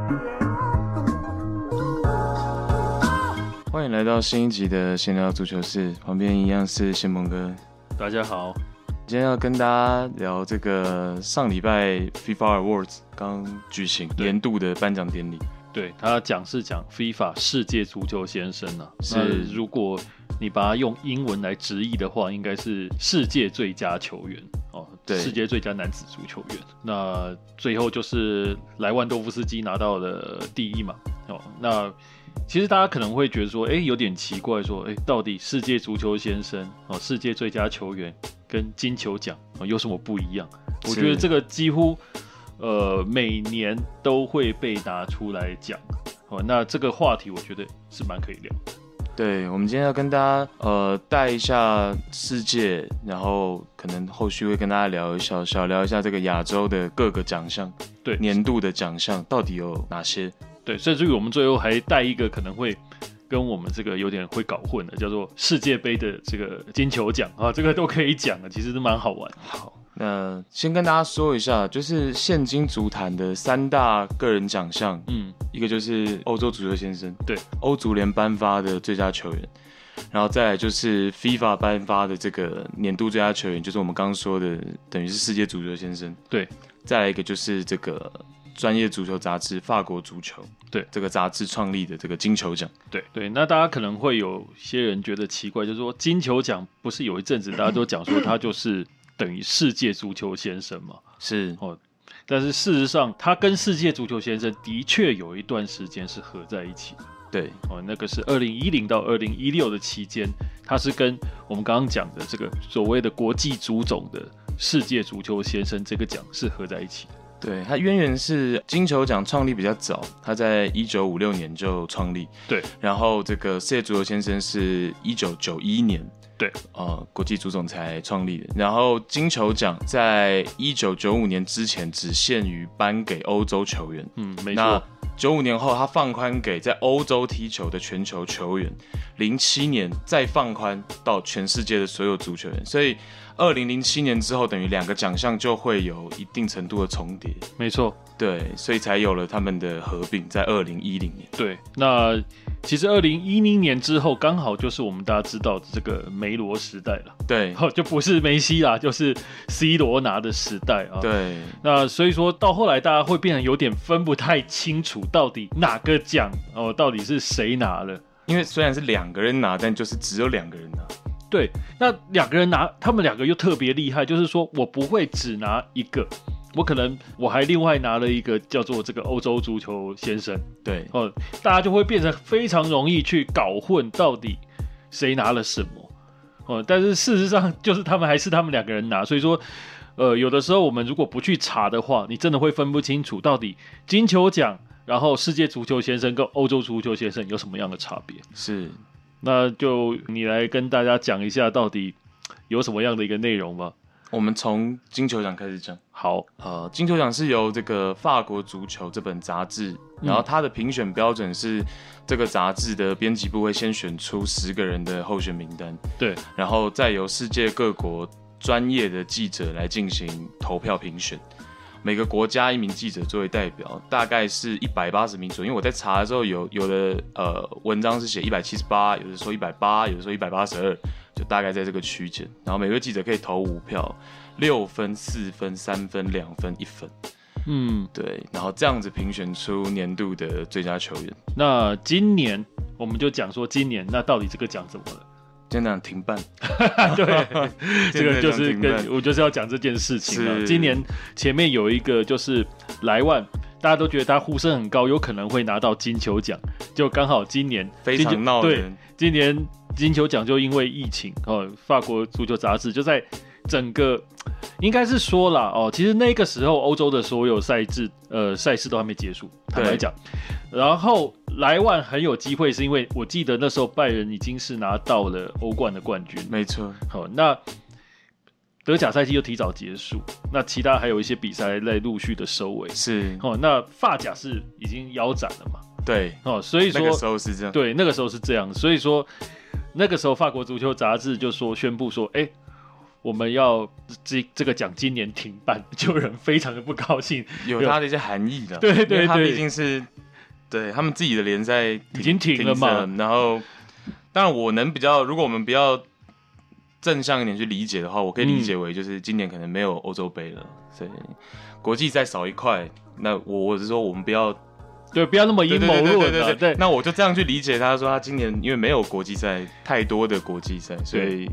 欢迎来到新一集的闲聊足球室，旁边一样是宪鹏哥。 大家好， 今天要跟大家聊这个上礼拜 FIFA Awards 刚举行年度的颁奖典礼。 对，他讲是讲 FIFA 世界足球先生啊， 是如果你把它用英文来直译的话，应该是世界最佳球员哦， 对， 世界最佳男子足球员。那最后就是莱万多夫斯基拿到了第一嘛，哦，那其实大家可能会觉得说，有点奇怪说，到底世界足球先生哦，世界最佳球员跟金球奖有什么不一样？我觉得这个几乎每年都会被拿出来讲哦。那这个话题我觉得是蛮可以聊的。 对，我们今天要跟大家带一下世界，然后可能后续会跟大家聊一下这个亚洲的各个奖项， 对， 年度的奖项到底有哪些？ 对，甚至于我们最后还带一个可能会跟我们这个有点会搞混的，叫做世界杯的这个金球奖啊，这个都可以讲的，其实是蛮好玩的。 好，那先跟大家说一下，就是现今足坛的3大个人奖项，一个就是欧洲足球先生， 对， 欧足联颁发的最佳球员，然后再来就是 FIFA 颁发的这个年度最佳球员，就是我们刚刚说的，等于是世界足球先生， 对， 再来一个就是这个专业足球杂志法国足球， 对， 这个杂志创立的这个金球奖， 对，那大家可能会有些人觉得奇怪，就是说金球奖不是有一阵子大家都讲说他就是等于世界足球先生嘛？ 是哦，但是事实上他跟世界足球先生的确有一段时间是合在一起的。 对哦，那个是2010到2016的期间，他是跟我们刚刚讲的这个所谓的国际足总的世界足球先生这个奖是合在一起的。 对，它渊源是金球奖创立比较早，它在1956年就创立。 对， 然后这个世界足球先生是1991年， 对， 国际足总才创立的。然后金球奖在1995年之前只限于颁给欧洲球员， 没错。 那95年后，他放宽给在欧洲踢球的全球球员，07年再放宽到全世界的所有足球员，所以2007年之后，等于2个奖项就会有一定程度的重叠。 没错， 对，所以才有了他们的合并，在2010年。 对，那其实2010年之后，刚好就是我们大家知道的这个梅罗时代了。 对， 就不是梅西啦，就是 C 罗拿的时代啊。 对， 那所以说到后来，大家会变得有点分不太清楚，到底哪个奖到底是谁拿了。 因为虽然是2个人拿，但就是只有2个人拿。 对，那2个人拿，他们2个又特别厉害，就是说我不会只拿一个，我还另外拿了一个叫做这个欧洲足球先生。 对， 大家就会变成非常容易去搞混到底谁拿了什么。但是事实上就是他们2个人拿，所以说有的时候我们如果不去查的话，你真的会分不清楚到底金球奖，然后世界足球先生跟欧洲足球先生有什么样的差别。 是。 那就你来跟大家讲一下到底有什么样的一个内容吧。 我们从金球奖开始讲。 好， 金球奖是由这个法国足球这本杂志，然后它的评选标准是这个杂志的编辑部会先选出10个人的候选名单，对，然后再由世界各国专业的记者来进行投票评选。每个国家1名记者作为代表，大概是180名左右。因为我在查的时候有的文章是写178，有的说180，有的说182，就大概在这个区间。然后每位记者可以投5票，6分、4分、3分、2分、1分。对，然后这样子评选出年度的最佳球员。 那今年我们就讲说，今年那到底这个奖怎么了？ 今年停办。 对，这个就是我就是要讲这件事情了。今年前面有一个就是莱万，大家都觉得他呼声很高，有可能会拿到金球奖，就刚好今年非常闹人。 对，今年金球奖就因为疫情，法国足球杂志就在整个应该是说啦，其实那个时候欧洲的所有赛事都还没结束，坦白讲。然后莱万很有机会，是因为我记得那时候拜仁已经是拿到了欧冠的冠军， 没错。 那德甲赛季就提早结束，那其他还有一些比赛在陆续的收尾。 是那法甲是已经腰斩了嘛？ 对， 所以说那个时候是这样。 对，那个时候是这样，所以说那个时候法国足球杂志就宣布说， 我们要这个奖今年停办，就有人非常的不高兴， 有他的一些含义的。 对对对， 他毕竟是对他们自己的联赛已经停了嘛。 然后，当然我能比较，如果我们比较正向一点去理解的话，我可以理解为就是今年可能没有欧洲杯了，所以国际赛少一块。那我是说，我们不要那么阴谋论。对， 那我就这样去理解他说，他今年因为没有国际赛太多的国际赛，所以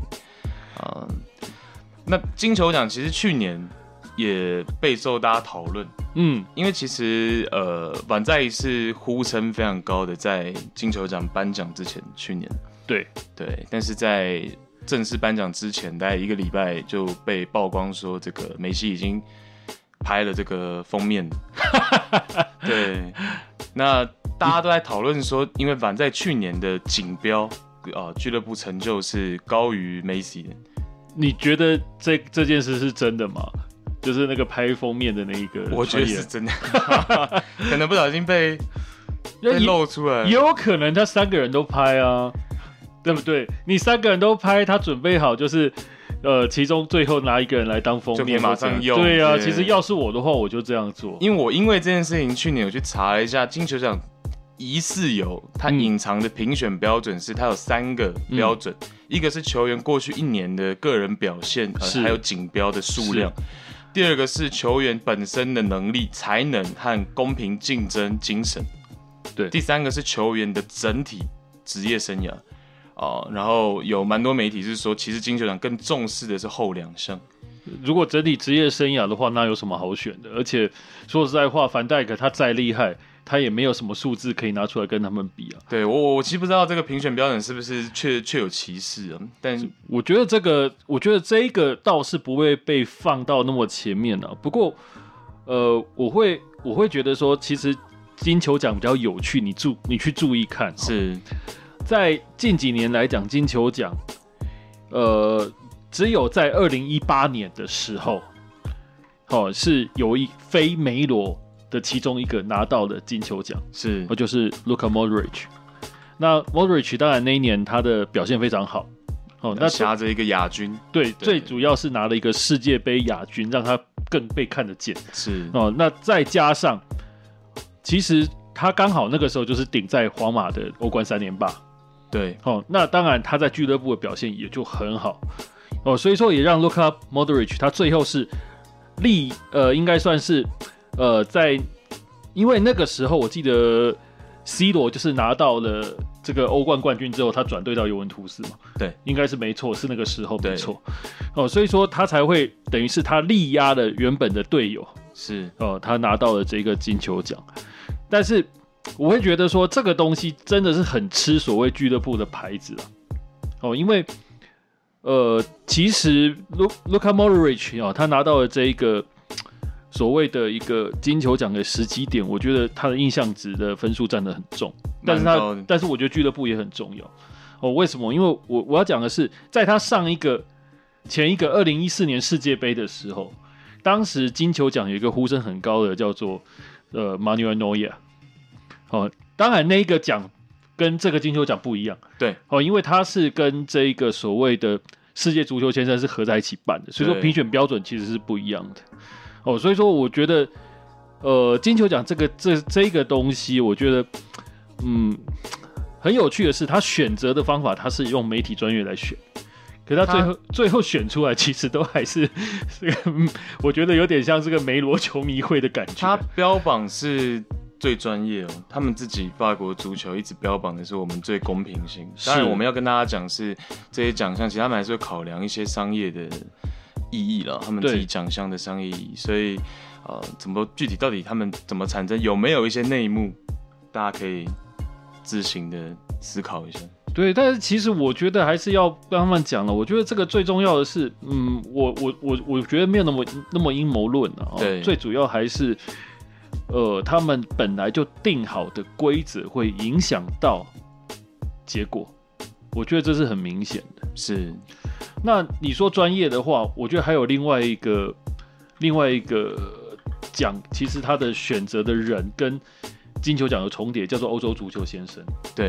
那金球奖其实去年也备受大家讨论，因为其实晚在是呼声非常高的，在金球奖颁奖之前，去年对，但是在正式颁奖之前，大概1个礼拜就被曝光说，这个梅西已经拍了这个封面，对，那大家都在讨论说，因为晚在去年的锦标俱乐部成就是高于梅西的。你觉得这件事是真的吗？就是那个拍封面的那一个， 我觉得是真的，可能不小心被露出来， 也有可能他3个人都拍啊，对不对？你3个人都拍，他准备好就是其中最后拿1个人来当封面， 就可以马上用。 对啊，其实要是我的话，我就这样做。 因为这件事情，去年我去查了一下金球奖。疑似有它隐藏的评选标准是它有3个标准，一个是球员过去1年的个人表现，还有锦标的数量；第二个是球员本身的能力、才能和公平竞争精神；对，第3个是球员的整体职业生涯。然后有蛮多媒体是说，其实金球奖更重视的是后2项。 如果整体职业生涯的话，那有什么好选的？而且说实在话，范戴克他再厉害，他也没有什么数字可以拿出来跟他们比啊。 对，我其实不知道这个评选标准是不是确有歧视啊？但我觉得这个倒是不会被放到那么前面啊。不过，我会觉得说，其实金球奖比较有趣，你去注意看， 是在近几年来讲，金球奖，只有在2018年的时候，是有非梅罗的其中一个拿到了金球奖，就是 Luka Modric。那 Modric 当然那一年他的表现非常好， 那挟着一个亚军， 对，最主要是拿了一个世界杯亚军，让他更被看得见。那再加上，其实他刚好那个时候就是顶在皇马的欧冠3连霸， 对， 那当然他在俱乐部的表现也就很好。所以说也让 Luka Modric 他最后是应该算是因为那个时候我记得 C 罗就是拿到了这个欧冠冠军之后，他转队到尤文图斯嘛， 对， 应该是没错，是那个时候没错。所以说他才会等于是他力压了原本的队友，他拿到了这个金球奖。但是我会觉得说这个东西真的是很吃所谓俱乐部的牌子啊，因为其实 Luka Modric 他拿到了这一个所谓的一个金球奖的时机点，我觉得他的印象值的分数占得很重，但是我觉得俱乐部也很重要。为什么？因为我要讲的是，在他前一个2014年世界杯的时候，当时金球奖有一个呼声很高的叫做Manuel Neuer。当然那一个奖跟这个金球奖不一样， 对， 因为它是跟这个所谓的世界足球先生是合在一起办的，所以说评选标准其实是不一样的。所以说我觉得，金球奖这个东西，我觉得，很有趣的是，他选择的方法，他是用媒体专业来选，可是他最后选出来，其实都还是这个，我觉得有点像这个梅罗球迷会的感觉。 他标榜是最专业他们自己法国足球一直标榜的是我们最公平性。当然，我们要跟大家讲是这些奖项，其实他们还是会考量一些商业的意义了，他们自己奖项的商业意义。所以怎么具体到底他们怎么产生，有没有一些内幕，大家可以自行的思考一下。 对，但是其实我觉得还是要跟他们讲了。我觉得这个最重要的是，我觉得没有那么阴谋论对，最主要还是。他们本来就定好的规则会影响到结果，我觉得这是很明显的。 是， 那你说专业的话，我觉得还有另外一个奖，其实他的选择的人跟金球奖有重叠，叫做欧洲足球先生。 对，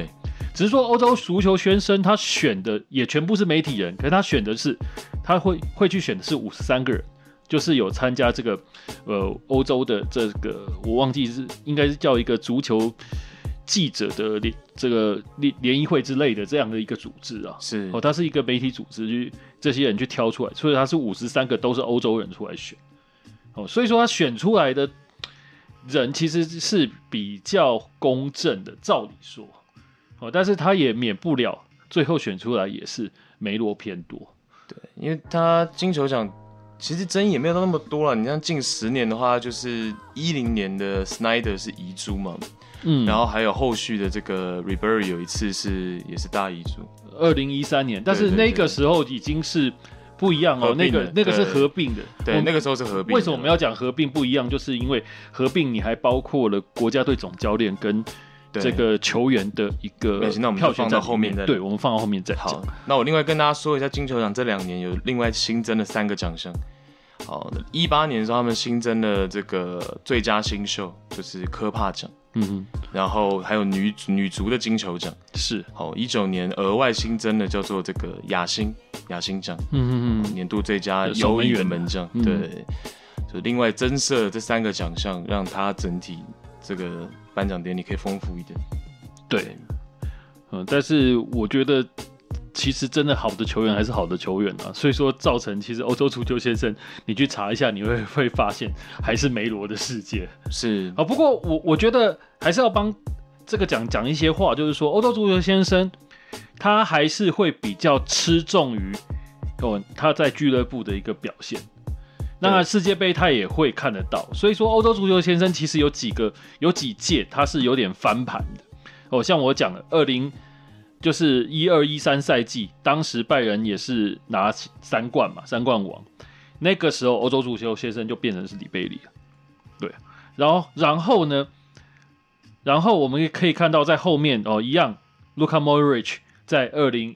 只是说欧洲足球先生他选的也全部是媒体人，可是他选的是他会去选的是53个人，就是有参加这个欧洲的这个我忘记应该是叫一个足球记者的这个联谊会之类的这样的一个组织啊， 是它是一个媒体组织，这些人去挑出来，所以他是53个都是欧洲人出来选，所以说他选出来的人其实是比较公正的，照理说，但是他也免不了最后选出来也是梅罗偏多， 对，因为他金球奖其实争议也没有到那么多了，你像近10年的话，就是10年的 Snyder 是遗珠嘛。然后还有后续的这个 Ribery 有一次也是大遗珠 ，2013年，但是那个时候已经是不一样哦，那个是合并的， 对，那个时候是合并的。 为什么我们要讲合并不一样？就是因为合并你还包括了国家队总教练跟这个球员的一个那我们就放到后面再， 对，我们放到后面再讲。 好，那我另外跟大家说一下，金球奖这2年有另外新增了3个奖项。好，18年的时候他们新增了这个最佳新秀，就是科帕奖。然后还有女足的金球奖是好，19年额外新增的叫做这个亚星奖，年度最佳优异的门将，对，就另外增设这3个奖项，让它整体这个颁奖典礼可以丰富一点。 对，但是我觉得其实真的好的球员还是好的球员啊，所以说造成其实欧洲足球先生，你去查一下，你会发现还是梅罗的世界是不过我觉得还是要帮这个讲一些话，就是说欧洲足球先生他还是会比较吃重于他在俱乐部的一个表现。那世界杯他也会看得到，所以说欧洲足球先生其实有几届他是有点翻盘的像我讲的就是12-13赛季，当时拜仁也是拿3冠嘛，3冠王。那个时候欧洲足球先生就变成是里贝里了，对。然后呢？然后我们也可以看到在后面一样 ，Luka Modric 在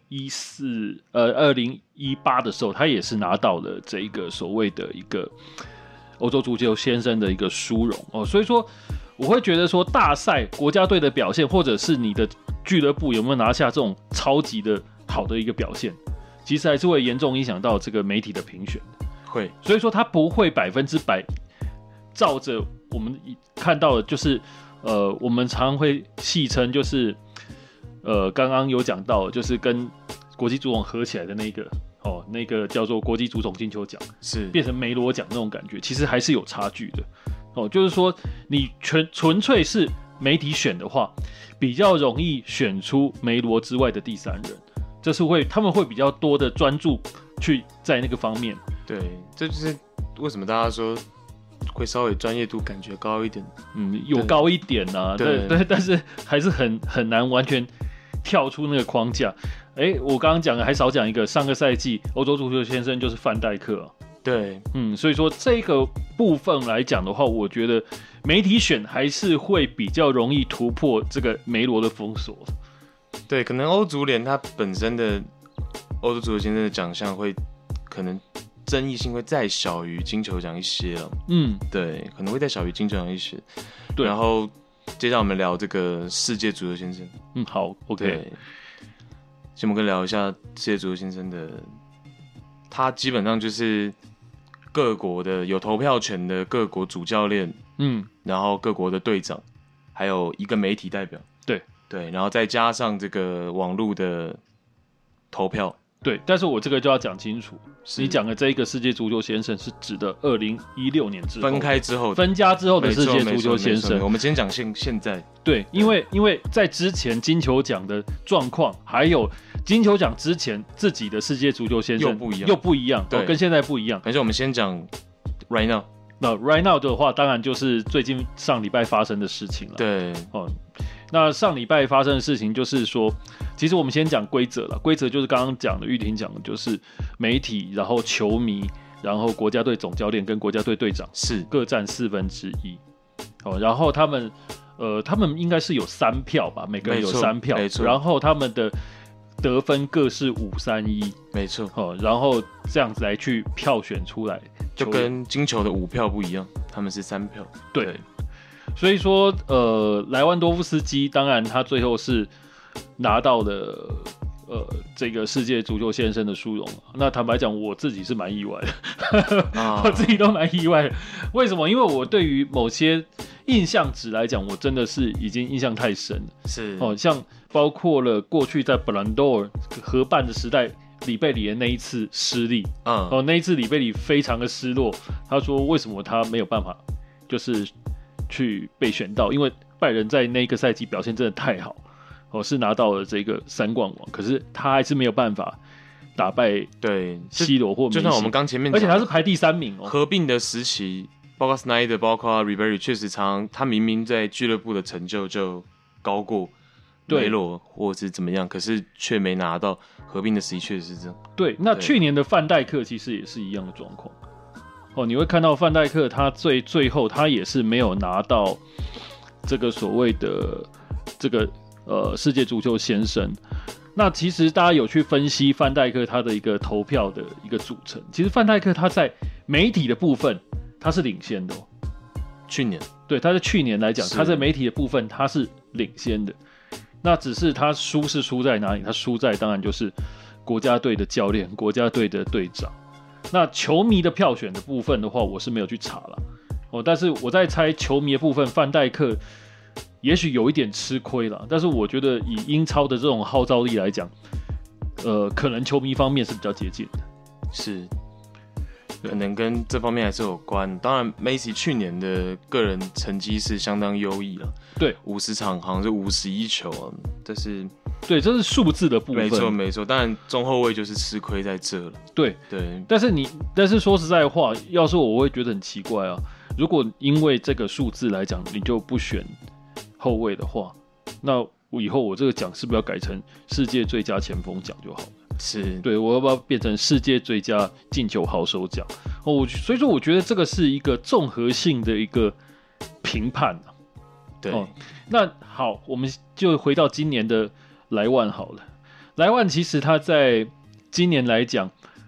2018的时候，他也是拿到了这一个所谓的一个欧洲足球先生的一个殊荣所以说我会觉得说大赛国家队的表现，或者是你的俱乐部有没有拿下这种超级的好的一个表现，其实还是会严重影响到这个媒体的评选的。 会， 所以说他不会100%照着我们看到的，就是我们常会戏称就是刚刚有讲到，就是跟国际足总合起来的那个叫做国际足总金球奖， 是变成梅罗奖那种感觉，其实还是有差距的就是说你纯粹是媒体选的话，比较容易选出梅罗之外的第3人，这是他们会比较多的专注去在那个方面。 对，这就是为什么大家说会稍微专业度感觉高一点， 有高一点啊，对，但是还是很难完全跳出那个框架。我刚刚讲的还少讲一个，上个赛季欧洲足球先生就是范戴克对， 所以说这个部分来讲的话，我觉得媒体选还是会比较容易突破这个梅罗的封锁。 对，可能欧足联它本身的欧洲足球先生的奖项会可能争议性会再小于金球奖一些了。对，可能会再小于金球奖一些。对，然后接下来我们聊这个世界足球先生。 好 ，OK。 先我们聊一下世界足球先生的，他基本上就是各国的有投票权的各国主教练，然后各国的队长，还有一个媒体代表，对，然后再加上这个网络的投票， 对。但是我这个就要讲清楚，你讲的这一个世界足球先生是指的2016年之后分开之后、 分家之后的世界足球先生。 我们先讲现在， 对，因为在之前金球奖的状况，还有金球奖之前自己的世界足球先生又不一样，跟现在不一样。 而且我们先讲 right now。 那 right now 的话，当然就是最近上礼拜发生的事情了。 对， 那上礼拜发生的事情就是说，其实我们先讲规则了。规则就是刚刚讲的，玉婷讲的，就是媒体，然后球迷，然后国家队总教练跟国家队队长是各占1/4。然后他们应该是有3票吧，每个人有3票，然后他们的得分各是5-3-1， 没错。 然后这样子来去票选出来， 就跟金球的5票不一样，他们是3票。 对。 所以说莱万多夫斯基当然他最后是拿到了这个世界足球先生的殊荣。那坦白讲，我自己是蛮意外的，我自己都蛮意外的。为什么？因为我对于某些印象值来讲，我真的是已经印象太深了。 是像包括了过去在布兰多尔合办的时代，里贝里的那一次失利，那一次里贝里非常的失落。他说为什么他没有办法就是去被选到？因为拜仁在那个赛季表现真的太好。是拿到了这个3冠王，可是他还是没有办法打败C罗或梅西。 就像我们刚前面讲， 而且他是排第3名哦。 合并的时期，包括 Snyder， 包括 Ribery， 确实他明明在俱乐部的成就就高过梅罗或是怎么样，可是却没拿到。合并的时期确实是这样。 对，那去年的范戴克其实也是一样的状况。你会看到范戴克他最后他也是没有拿到这个所谓的这个。世界足球先生，那其实大家有去分析范戴克他的一个投票的一个组成，其实范戴克他在媒体的部分他是领先的。 去年对，他在去年来讲，他在媒体的部分他是领先的。那只是他输是输在哪里？他输在当然就是国家队的教练、国家队的队长。那球迷的票选的部分的话，我是没有去查了。但是我在猜球迷的部分，范戴克也许有一点吃亏了，但是我觉得以英超的这种号召力来讲，可能球迷方面是比较接近的， 是，可能跟这方面还是有关。当然 ，Messi 去年的个人成绩是相当优异了， 对 ，50场好像是51球啊，这是对，这是数字的部分， 没错没错。当然中后卫就是吃亏在这了， 对，但是说实在话，要是我会觉得很奇怪啊，如果因为这个数字来讲，你就不选后卫的话，那我以后我这个奖是不是要改成世界最佳前锋奖就好了？ 是， 对，我要不要变成世界最佳进球好手奖？所以说我觉得这个是一个综合性的一个评判啊。 对， 那好，我们就回到今年的莱万好了。莱万其实他在今年来讲，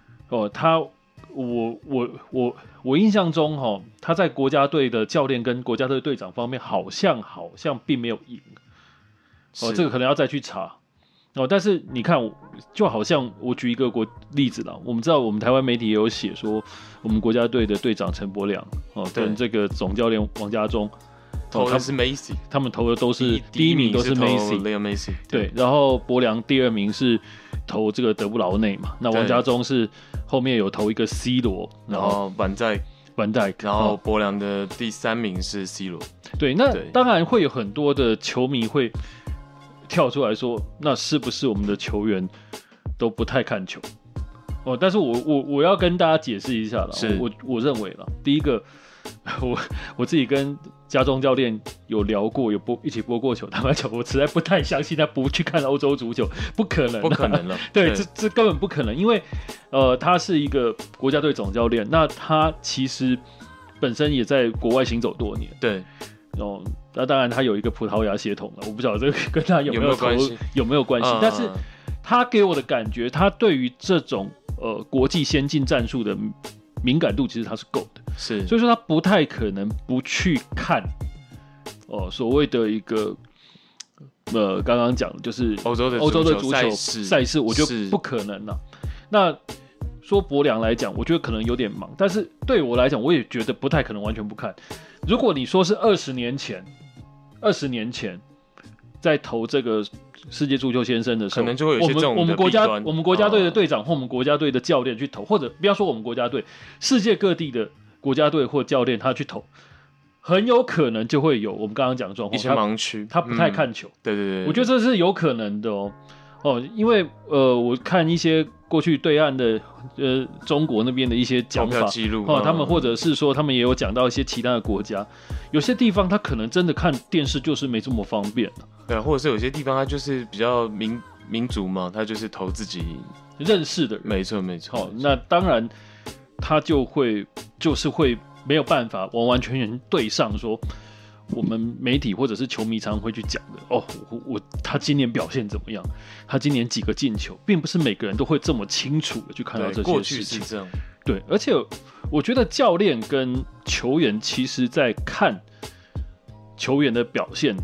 我印象中他在国家队的教练跟国家队队长方面好像并没有赢。这个可能要再去查。但是你看，就好像我举一个例子啦，我们知道我们台湾媒体也有写说，我们国家队的队长陈柏良跟这个总教练王家忠投的是 Messi， 他们投的都是第一名都是 Messi， 对，然后柏良第2名是投这个德布劳内嘛，那王家忠是后面有投一个 C 罗， 然后范戴克，然后柏良的第3名是 C 罗。 对，那当然会有很多的球迷会跳出来说，那是不是我们的球员都不太看球？但是我要跟大家解释一下啦，我认为啦，第一个，我自己跟家中教练有聊过，一起播过球，坦白讲，我实在不太相信他不去看欧洲足球，不可能了。对，这根本不可能，因为他是一个国家队总教练，那他其实本身也在国外行走多年， 对。 那当然他有一个葡萄牙血统了，我不晓得这个跟他有没有关系，但是他给我的感觉，他对于这种国际先进战术的敏感度其实他是够的， 是， 所以说他不太可能不去看所谓的一个刚刚讲的就是欧洲的足球赛事，我觉得不可能了。那说柏良来讲，我觉得可能有点忙，但是对我来讲，我也觉得不太可能完全不看。如果你说是20年前在投这个世界足球先生的时候， 可能就会有一些这种的弊端。 我们国家队的队长或我们国家队的教练去投，或者不要说我们国家队，世界各地的国家队或教练他去投，很有可能就会有我们刚刚讲的状况， 一些盲区， 他不太看球。 对， 我觉得这是有可能的因为我看一些过去对岸的中国那边的一些讲法记录他们或者是说他们也有讲到一些其他的国家，有些地方他可能真的看电视就是没这么方便对，或者是有些地方他就是比较民族嘛，他就是投自己认识的人， 没错。 那当然他就是会没有办法完完全全对上说我们媒体或者是球迷常会去讲的他今年表现怎么样？他今年几个进球，并不是每个人都会这么清楚的去看到这些事情。 过去是这样， 对，而且我觉得教练跟球员其实在看球员的表现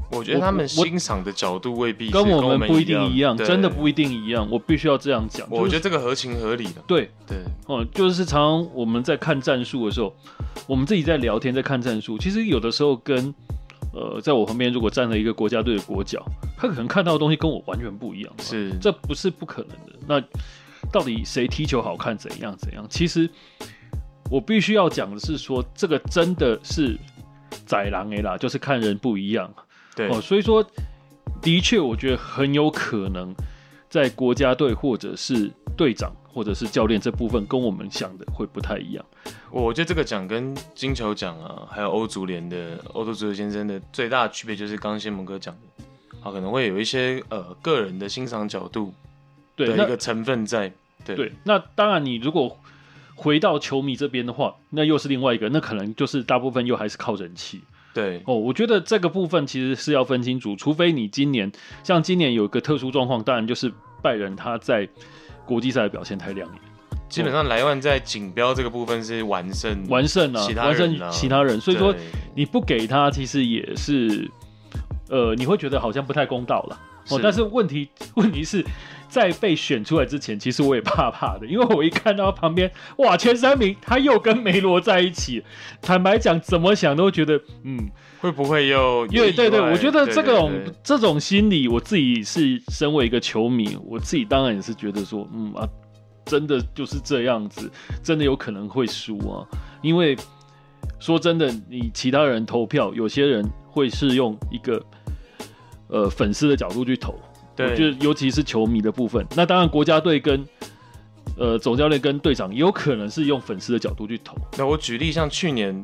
我觉得他们欣赏的角度未必跟我们不一定一样，真的不一定一样。我必须要这样讲。 我觉得这个合情合理的。 对，就是常常我们在看战术的时候，我们自己在聊天，在看战术，其实有的时候跟在我旁边如果站了一个国家队的国脚，他可能看到的东西跟我完全不一样。 是， 这不是不可能的。那到底谁踢球好看，怎样？其实我必须要讲的是说，这个真的是宰狼啦，就是看人不一样。 对， 所以说的确，我觉得很有可能在国家队或者是队长或者是教练这部分，跟我们想的会不太一样。 我觉得这个奖跟金球奖啊，还有欧足联的欧洲足球先生的最大的区别，就是刚刚先蒙哥讲的，可能会有一些个人的欣赏角度的一个成分在。对， 那当然，你如果回到球迷这边的话，那又是另外一个，那可能就是大部分又还是靠人气。 对我觉得这个部分其实是要分清楚，除非你今年有一个特殊状况，当然就是拜仁他在国际赛的表现太亮眼。 基本上莱万在锦标这个部分是完胜其他人，所以说你不给他，其实也是你会觉得好像不太公道了。但是问题是，在被选出来之前，其实我也怕的，因为我一看到旁边，哇，前3名他又跟梅罗在一起，坦白讲，怎么想都觉得， 会不会又因为对，我觉得这种心理，我自己是身为一个球迷，我自己当然也是觉得说，真的就是这样子，真的有可能会输啊，因为说真的，你其他人投票，有些人会是用一个粉丝的角度去投。我觉得尤其是球迷的部分，那当然国家队跟总教练跟队长也有可能是用粉丝的角度去投。 那我举例，像去年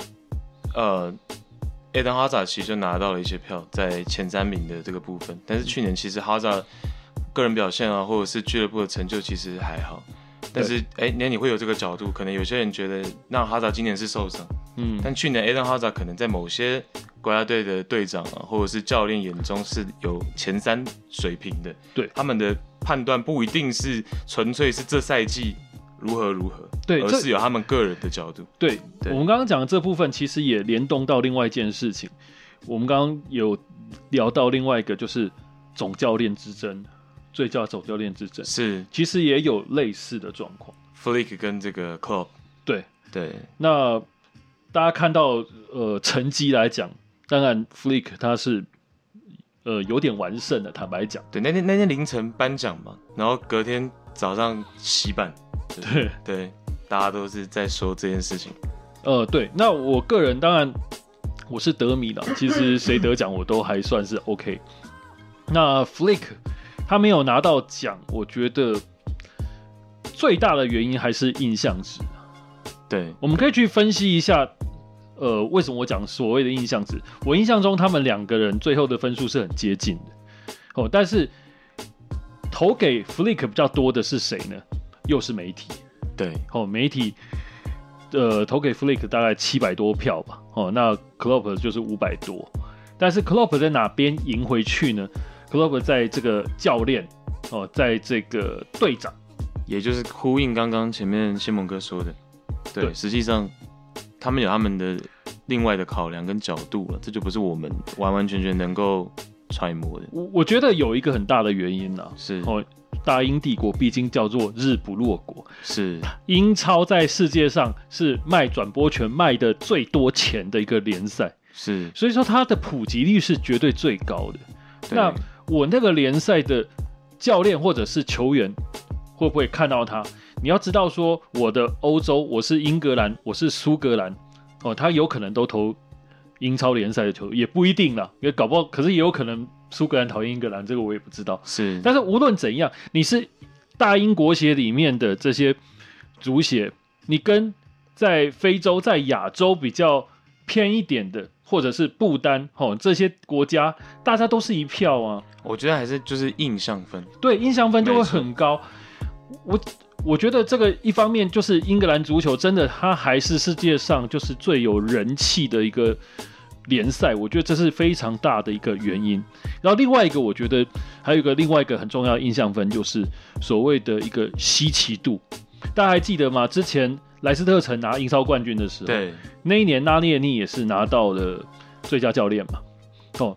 Eden Hazard 其实就拿到了一些票在前3名的这个部分，但是去年其实 Hazard 个人表现啊，或者是俱乐部的成就其实还好，但是你会有这个角度，可能有些人觉得那 Hazard 今年是受伤，但去年 Eden Hazard 可能在某些国家队的队长啊，或者是教练眼中是有前3水平的， 对， 他们的判断不一定是纯粹是这赛季如何，对，而是有他们个人的角度。 对，我们刚刚讲的这部分其实也联动到另外一件事情，我们刚刚有聊到另外一个就是总教练之争，最佳总教练之争是， 其实也有类似的状况 ，Flick 跟这个 Klopp， 对， 那大家看到成绩来讲。当然 ，Flick 他是有点完胜的，坦白讲。 对，那天凌晨颁奖嘛，然后隔天早上洗版。对，大家都是在说这件事情。 对，那我个人当然我是德迷啦，其实谁得奖我都还算是 OK。那 Flick 他没有拿到奖，我觉得最大的原因还是印象值。 对， 我们可以去分析一下。为什么我讲所谓的印象值？我印象中他们2个人最后的分数是很接近的，但是投给 Flick 比较多的是谁呢？又是媒体。 对， 媒体投给 Flick 大概700多票吧，那 Klopp 就是500多，但是 Klopp 在哪边赢回去呢？ Klopp 在这个教练，在这个队长， 也就是呼应刚刚前面谢蒙哥说的，对，实际上。他们有他们的另外的考量跟角度了，这就不是我们完完全全能够揣摩的。 我觉得有一个很大的原因啦， 是大英帝国毕竟叫做日不落国， 是英超在世界上是卖转播权卖的最多钱的一个联赛， 是， 所以说它的普及率是绝对最高的。那我那个联赛的教练或者是球员会不会看到他？你要知道说，我的欧洲，我是英格兰，我是苏格兰，他有可能都投英超联赛的球，也不一定啦，因为搞不好，可是也有可能苏格兰讨厌英格兰，这个我也不知道。 是， 但是无论怎样，你是大英国协里面的这些足协，你跟在非洲、在亚洲比较偏一点的，或者是不丹这些国家，大家都是一票啊。 我觉得还是就是印象分， 对，印象分就会很高。我觉得这个一方面就是英格兰足球真的，它还是世界上就是最有人气的一个联赛，我觉得这是非常大的一个原因。然后另外一个，我觉得还有另外一个很重要的印象分，就是所谓的一个稀奇度。大家还记得吗？之前莱斯特城拿英超冠军的时候， 对， 那一年拉涅利也是拿到了最佳教练嘛。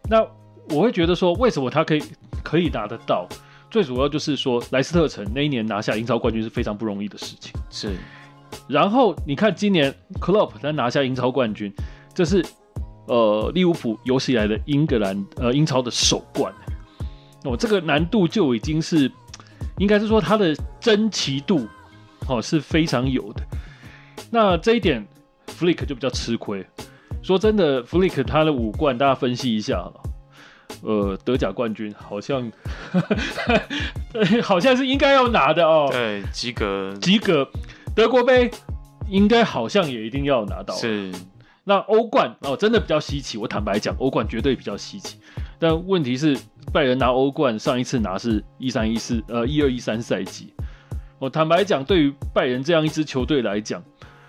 那我会觉得说，为什么他可以拿得到？最主要就是说，莱斯特城那一年拿下英超冠军是非常不容易的事情。 是。 然后你看今年 Klopp 他拿下英超冠军，这是利物浦有史以来的英超的首冠。这个难度就已经是，应该是说它的争奇度是非常有的。那这一点 Flick 就比较吃亏。说真的 ，Flick 他的5冠，大家分析一下，德甲冠军好像好像是应该要拿的哦。 对，及格。 德国杯应该好像也一定要拿到。 是。 那欧冠真的比较稀奇。我坦白讲，欧冠绝对比较稀奇。但问题是，拜仁拿欧冠上一次拿是12-13赛季。我坦白讲，对于拜仁这样一支球队来讲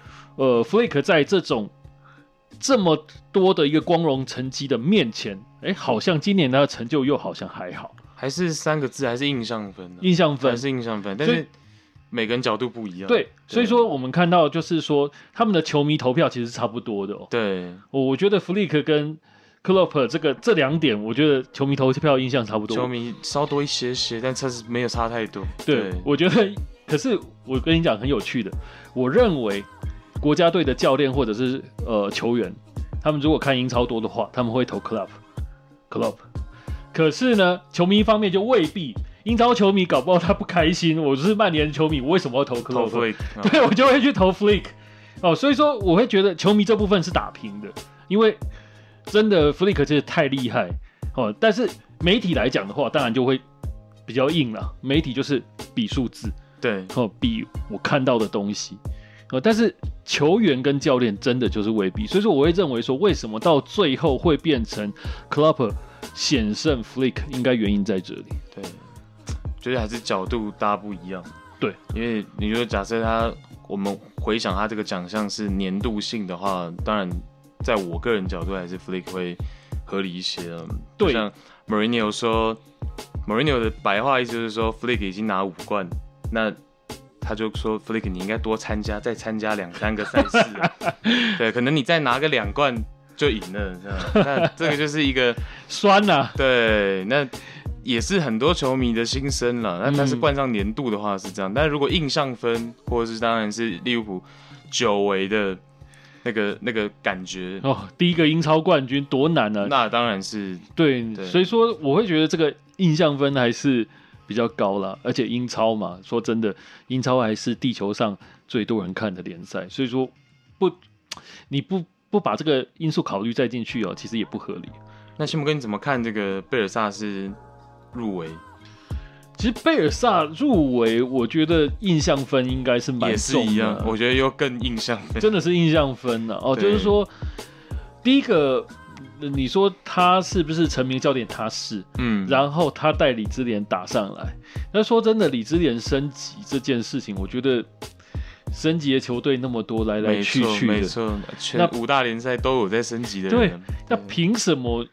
，Flick 在这么多的一个光荣成绩的面前，好像今年他的成就又好像还好， 还是3个字，还是印象分。还是印象分，但是每个人角度不一样。 对，所以说我们看到就是说，他们的球迷投票其实差不多的哦。 对， 我觉得 Flick 跟 Klopp 这2点，我觉得球迷投票印象差不多， 球迷稍多一些，但它是没有差太多。 对，我觉得，可是我跟你讲很有趣的，我认为国家队的教练或者是球员，他们如果看英超多的话，他们会投 Klopp。可是呢，球迷方面就未必。英超球迷搞不好他不开心，我是曼联球迷，我为什么要投 Klopp？ 对，我就会去投 Flick。所以说我会觉得球迷这部分是打平的，因为真的 Flick 真的太厉害。但是媒体来讲的话，当然就会比较硬了，媒体就是比数字， 对， 比我看到的东西。但是球员跟教练真的就是未必，所以说我会认为说，为什么到最后会变成 Klopp 险胜 Flick， 应该原因在这里。 对，觉得还是角度大家不一样。 对， 因为你说假设我们回想他这个奖项是年度性的话，当然在我个人角度还是 Flick 会合理一些。对，像 Mourinho 说 ，Mourinho 的白话意思就是说 Flick 已经拿5冠，那他就说 Flick 你应该多再参加2-3个赛事对，可能你再拿个2冠就赢了，那这个就是一个酸啊。 对，那也是很多球迷的心声了。那但是冠上年度的话是这样，但如果印象分或者是当然是利物浦久违的那个感觉第一个英超冠军多难啊！ 那当然是对，所以说我会觉得这个印象分还是比较高啦，而且英超嘛，说真的，英超还是地球上最多人看的联赛，所以说你不把这个因素考虑再进去其实也不合理。 那西蒙哥你怎么看这个贝尔萨是入围？ 其实贝尔萨入围，我觉得印象分应该是蛮重的， 也是一样，我觉得又更印象分， 真的是印象分就是说，第一个。你说他是不是成名教练？他是，然后他带李兹联打上来。那说真的，李兹联升级这件事情，我觉得升级的球队那么多，来来去去的， 没错，全5大联赛都有在升级的人。 对，那凭什么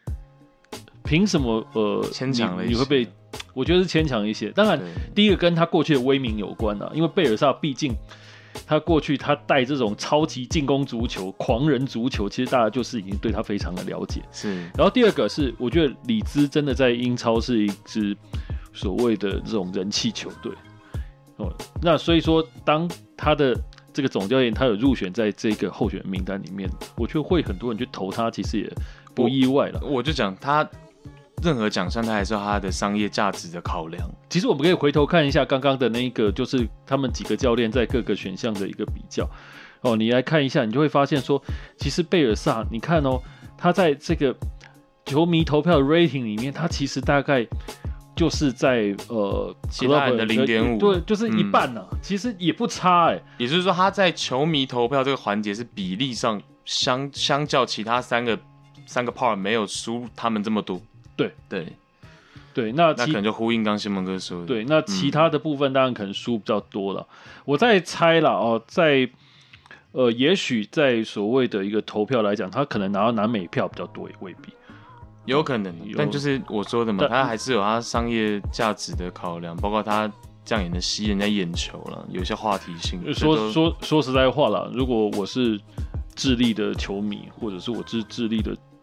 牵强了一些？ 你会被？我觉得是牵强一些。当然，第一个跟他过去的威名有关因为贝尔萨毕竟。他过去他带这种超级进攻足球、狂人足球，其实大家就是已经对他非常的了解。 是。 然后第二个是，我觉得里兹真的在英超是一支所谓的这种人气球队。那所以说，当他的这个总教练他有入选在这个候选名单里面，我觉得会很多人去投他，其实也不意外了。 我就讲他。任何奖项，它还是有它的商业价值的考量。 其实我们可以回头看一下刚刚的那一个，就是他们几个教练在各个选项的一个比较。你来看一下，你就会发现说，其实贝尔萨，你看他在这个球迷投票的 rating 里面，他其实大概就是在其他人的 0.5， 对，就是一半其实也不差也就是说，他在球迷投票这个环节是比例上相较其他三个 part 没有输他们这么多。对，那可能就呼应刚西蒙哥说的。 对，那其他的部分当然可能输比较多了。我在猜啦在也许在所谓的一个投票来讲，他可能拿南美票比较多，也未必。 有可能，但就是我说的嘛，他还是有他商业价值的考量，包括他这样也能吸人家眼球了，有一些话题性。 说实在话啦，如果我是智利的球迷，或者是我是智利的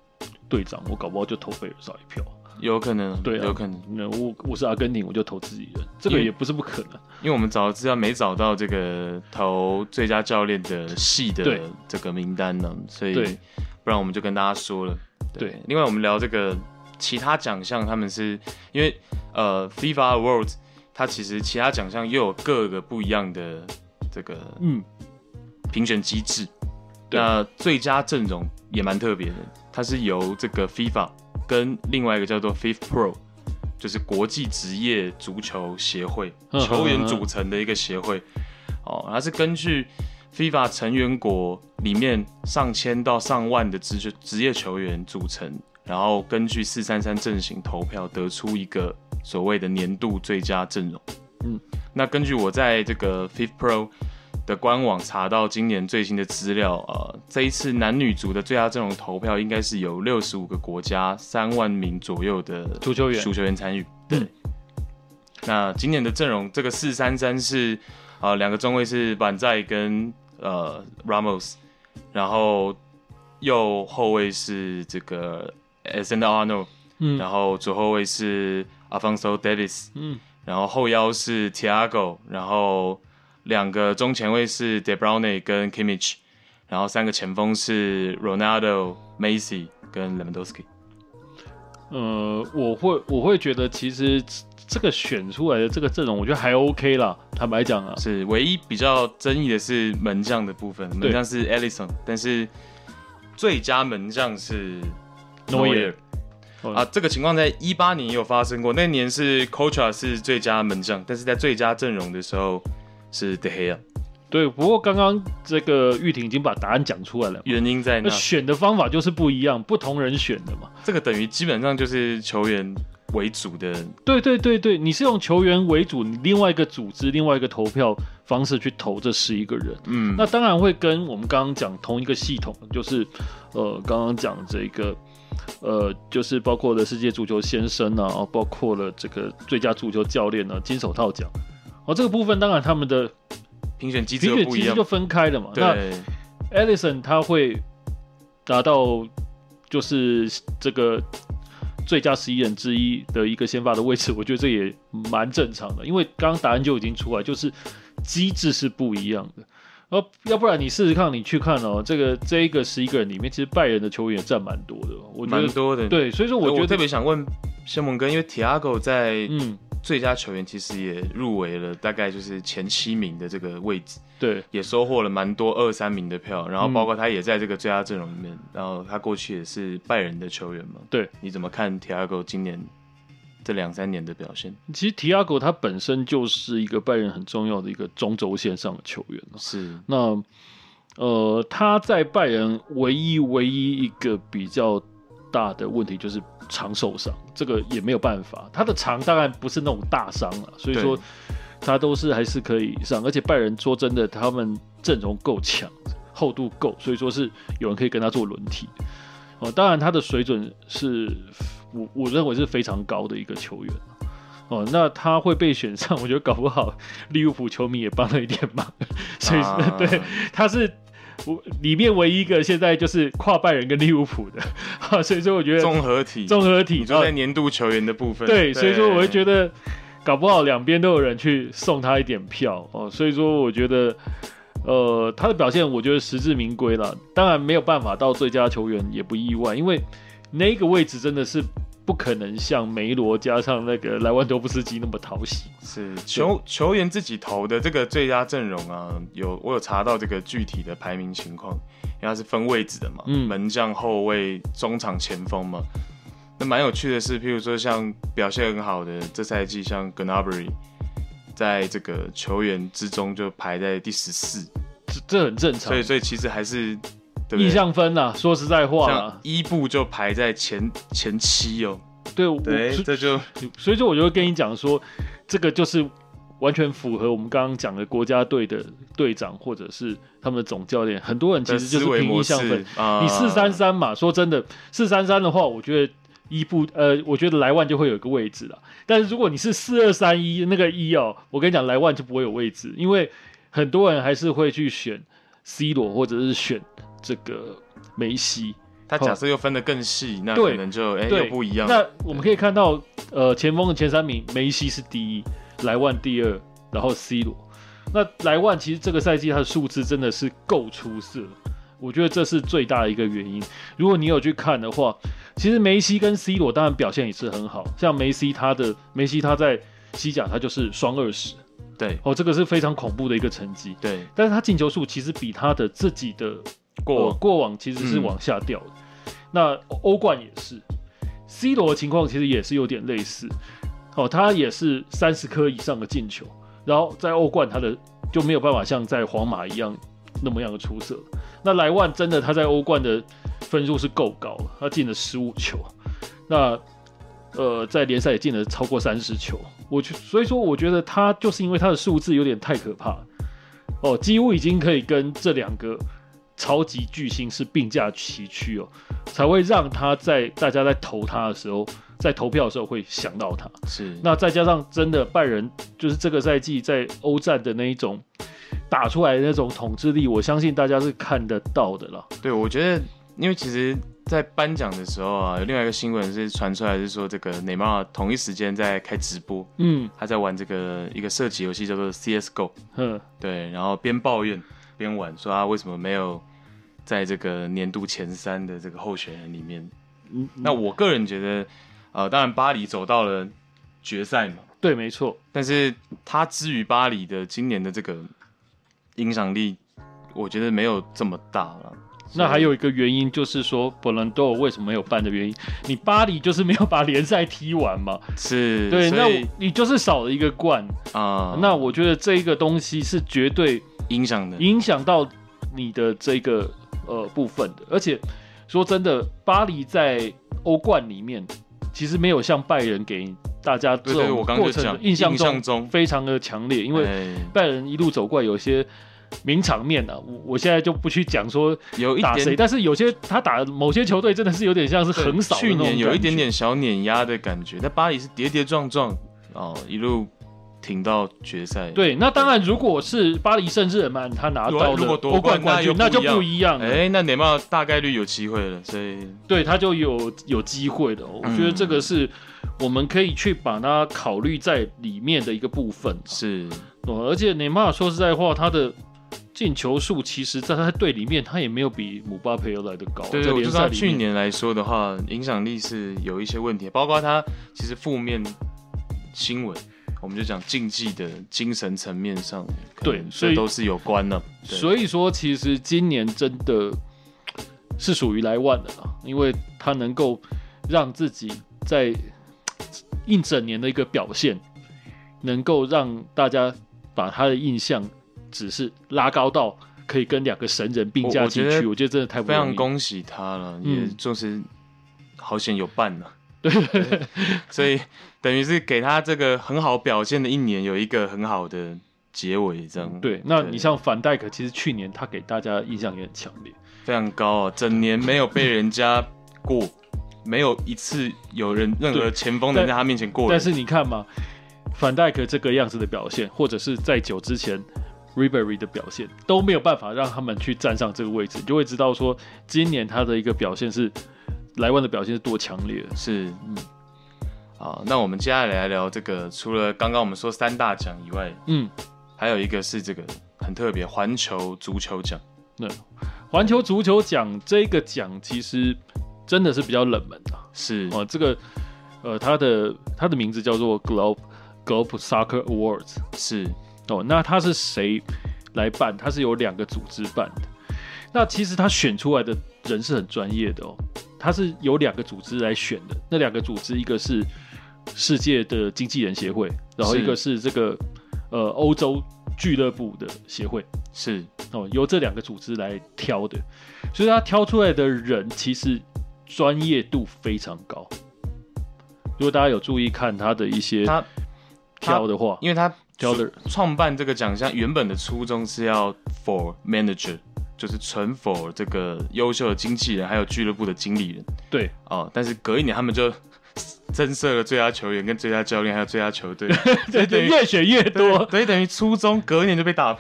队长，我搞不好就投贝尔萨一票。 有可能， 对啊， 有可能。 那我是阿根廷，我就投自己人，这个也不是不可能。 因为我们找资料没找到这个投最佳教练的系的这个名单呢，所以不然我们就跟大家说了。对，另外我们聊这个其他奖项，他们是因为FIFA Awards 它其实其他奖项又有各个不一样的这个评选机制。那最佳阵容也蛮特别的，它是由这个 FIFA 跟另外一个叫做 FIFPro， 就是国际职业足球协会球员组成的一个协会。它是根据 FIFA 成员国里面上千到上万的职业球员组成，然后根据433阵型投票得出一个所谓的年度最佳阵容。那根据我在这个 FIFPro 的官网查到今年最新的资料，这一次男女足的最佳阵容投票应该是有65个国家3万名左右的足球员参与。对，那今年的阵容这个433是2个中卫是板在跟Ramos， 然后右后卫是这个 Alexander Arnold，然后左后卫是 Alphonso Davies，然后后腰是 Thiago， 然后2个中前卫是 De Bruyne 跟 Kimmich， 然后3个前锋是 Ronaldo、Messi 跟 Lewandowski。 我会觉得其实这个选出来的这个阵容，我觉得还 OK 啦。坦白讲啊， 是唯一比较争议的是门将的部分，门将是 Alisson， 但是最佳门将是 Neuer。这个情况在18年也有发生过，那年是 Kocha 是最佳门将，但是在最佳阵容的时候是 De Gea。 对，不过刚刚这个玉婷已经把答案讲出来了， 原因在那， 选的方法就是不一样，不同人选的嘛。 这个等于基本上就是球员为主的。 对，你是用球员为主，你另外一个组织、另外一个投票方式去投这11个人。那当然会跟我们刚刚讲同一个系统，就是刚刚讲这个就是包括了世界足球先生啊，包括了这个最佳足球教练啊，金手套奖。这个部分当然他们的评选机制不一样， 就分开了嘛。那 Alisson 他会达到就是这个最佳11人之一的一个先发的位置，我觉得这也蛮正常的，因为刚刚答案就已经出来，就是机制是不一样的。要不然你试试看，你去看这一个11个人里面，其实拜仁的球员也占蛮多的，我觉得蛮多的。 对，所以说我特别想问先蒙哥，因为 Thiago 在最佳球员其实也入围了，大概就是前7名的这个位置， 对， 也收获了蛮多2、3名的票，然后包括他也在这个最佳阵容里面，然后他过去也是拜仁的球员嘛， 对， 你怎么看 Thiago 今年这2、3年的表现？ 其实 Thiago 他本身就是一个拜仁很重要的一个中轴线上的球员， 是那他在拜仁唯一一个比较大的问题就是常受伤，这个也没有办法。他的常当然不是那种大伤了，所以说他都是还是可以上。而且拜仁说真的，他们阵容够强，厚度够，所以说是有人可以跟他做轮替。当然他的水准是我认为是非常高的一个球员。那他会被选上，我觉得搞不好利物浦球迷也帮了一点忙。所以对，他是里面唯一一个现在就是跨拜仁跟利物浦的，所以说我觉得综合体， 你说在年度球员的部分， 对，所以说我会觉得搞不好两边都有人去送他一点票所以说我觉得他的表现我觉得实至名归啦。当然没有办法到最佳球员也不意外，因为那个位置真的是不可能像梅罗加上那个莱万多夫斯基那么讨喜。 是球员自己投的这个最佳阵容啊，我有查到这个具体的排名情况，因为它是分位置的嘛，门将、后卫、中场、前锋嘛。那蛮有趣的是，譬如说像表现很好的这赛季，像 Gnabry 在这个球员之中就排在第14， 这很正常。 所以其实还是。 意向分啦，说实在话啦， 伊布就排在前7哦。 对， 这就所以说我就会跟你讲说，这个就是完全符合我们刚刚讲的国家队的队长或者是他们的总教练，很多人其实就是凭意向分。你4-3-3嘛，说真的，4-3-3的话，我觉得伊布我觉得莱万就会有一个位置啦。但是如果你是4-2-3-1那个1我跟你讲莱万就不会有位置，因为很多人还是会去选 C 罗或者是选这个梅西， 他假设又分得更细，那可能就又不一样。 那我们可以看到，前锋的前3名，梅西是第1，莱万第2，然后 C 罗。那莱万其实这个赛季他的数字真的是够出色，我觉得这是最大的一个原因。如果你有去看的话，其实梅西跟 C 罗当然表现也是很好，像梅西他在西甲他就是双20。 对， 这个是非常恐怖的一个成绩。 对， 但是他进球数其实比他的自己的过往其实是往下掉的。那欧冠也是 ，C 罗的情况其实也是有点类似。他也是30颗以上的进球，然后在欧冠他的就没有办法像在皇马一样那么样的出色。那莱万真的他在欧冠的分数是够高了，他进了15球。那在联赛也进了超过30球，所以说我觉得他就是因为他的数字有点太可怕了，几乎已经可以跟这2个超级巨星是并驾齐驱才会让他在大家在投他的时候，在投票的时候会想到他。 是，那再加上真的拜仁就是这个赛季在欧战的那一种打出来的那种统治力，我相信大家是看得到的啦。 对，我觉得因为其实在颁奖的时候啊，有另外一个新闻是传出来，是说这个内马尔同一时间在开直播，他在玩这个一个射击游戏叫做 CSGO， 对，然后边抱怨边玩，说他为什么没有在这个年度前3的这个候选人里面。那我个人觉得，当然巴黎走到了决赛嘛， 对，没错， 但是他之于巴黎的今年的这个影响力，我觉得没有这么大了。 那还有一个原因就是说，本伦多为什么没有办的原因，你巴黎就是没有把联赛踢完嘛， 是， 对，那你就是少了一个冠那我觉得这一个东西是绝对影响到你的这个部分的。而且说真的，巴黎在欧冠里面其实没有像拜仁给大家这种过程印象中非常的强烈，因为拜仁一路走过来有些名场面我现在就不去讲说打谁，但是有些他打某些球队真的是有点像是横扫的那种感觉， 去年有一点点小碾压的感觉，但巴黎是跌跌撞撞一路挺到决赛。 对，那当然如果是巴黎圣日耳曼他拿到了欧冠冠军，那就不一样了。 那内马尔大概率有机会了，所以对他就有机会的。我觉得这个是我们可以去把它考虑在里面的一个部分。 是， 而且内马尔说实在话，他的进球数其实在他队里面他也没有比姆巴佩来的高。 对，我就是他去年来说的话，影响力是有一些问题，包括他其实负面新闻，我们就讲竞技的精神层面上， 对， 所以都是有关的。 所以说，其实今年真的是属于莱万的啦，因为他能够让自己在一整年的一个表现，能够让大家把他的印象只是拉高到可以跟2个神人并驾齐驱，我觉得真的太不容易， 非常恭喜他了，也就是好险有伴了。对，所以等于是给他这个很好表现的一年有一个很好的结尾，这样。 对，那你像范戴克，其实去年他给大家印象也很强烈， 非常高整年没有被人家过，没有一次有任何前锋能在他面前过人。 但是你看嘛，范戴克这个样子的表现，或者是在久之前Ribery 的表现，都没有办法让他们去站上这个位置，你就会知道说，今年他的一个表现是。莱万的表现是多强烈的， 是，好，那我们接下来聊这个，除了刚刚我们说3大奖以外，还有一个是这个很特别，环球足球奖。 对，环球足球奖这个奖其实真的是比较冷门的， 是这个它的名字叫做 Globe Soccer Awards， 是那它是谁来办？它是由2个组织办的。那其实他选出来的人是很专业的他是由2个组织来选的。那2个组织，一个是世界的经纪人协会，然后一个是这个欧洲俱乐部的协会， 是由这2个组织来挑的。所以他挑出来的人其实专业度非常高。如果大家有注意看他的一些挑的话， 因为他挑的创办这个奖项原本的初衷是要 for manager。就是纯 for 这个优秀的经纪人，还有俱乐部的经理人。 对但是隔一年他们就增设了最佳球员、跟最佳教练，还有最佳球队， 对，越选越多。 对，等于初衷隔一年就被打破。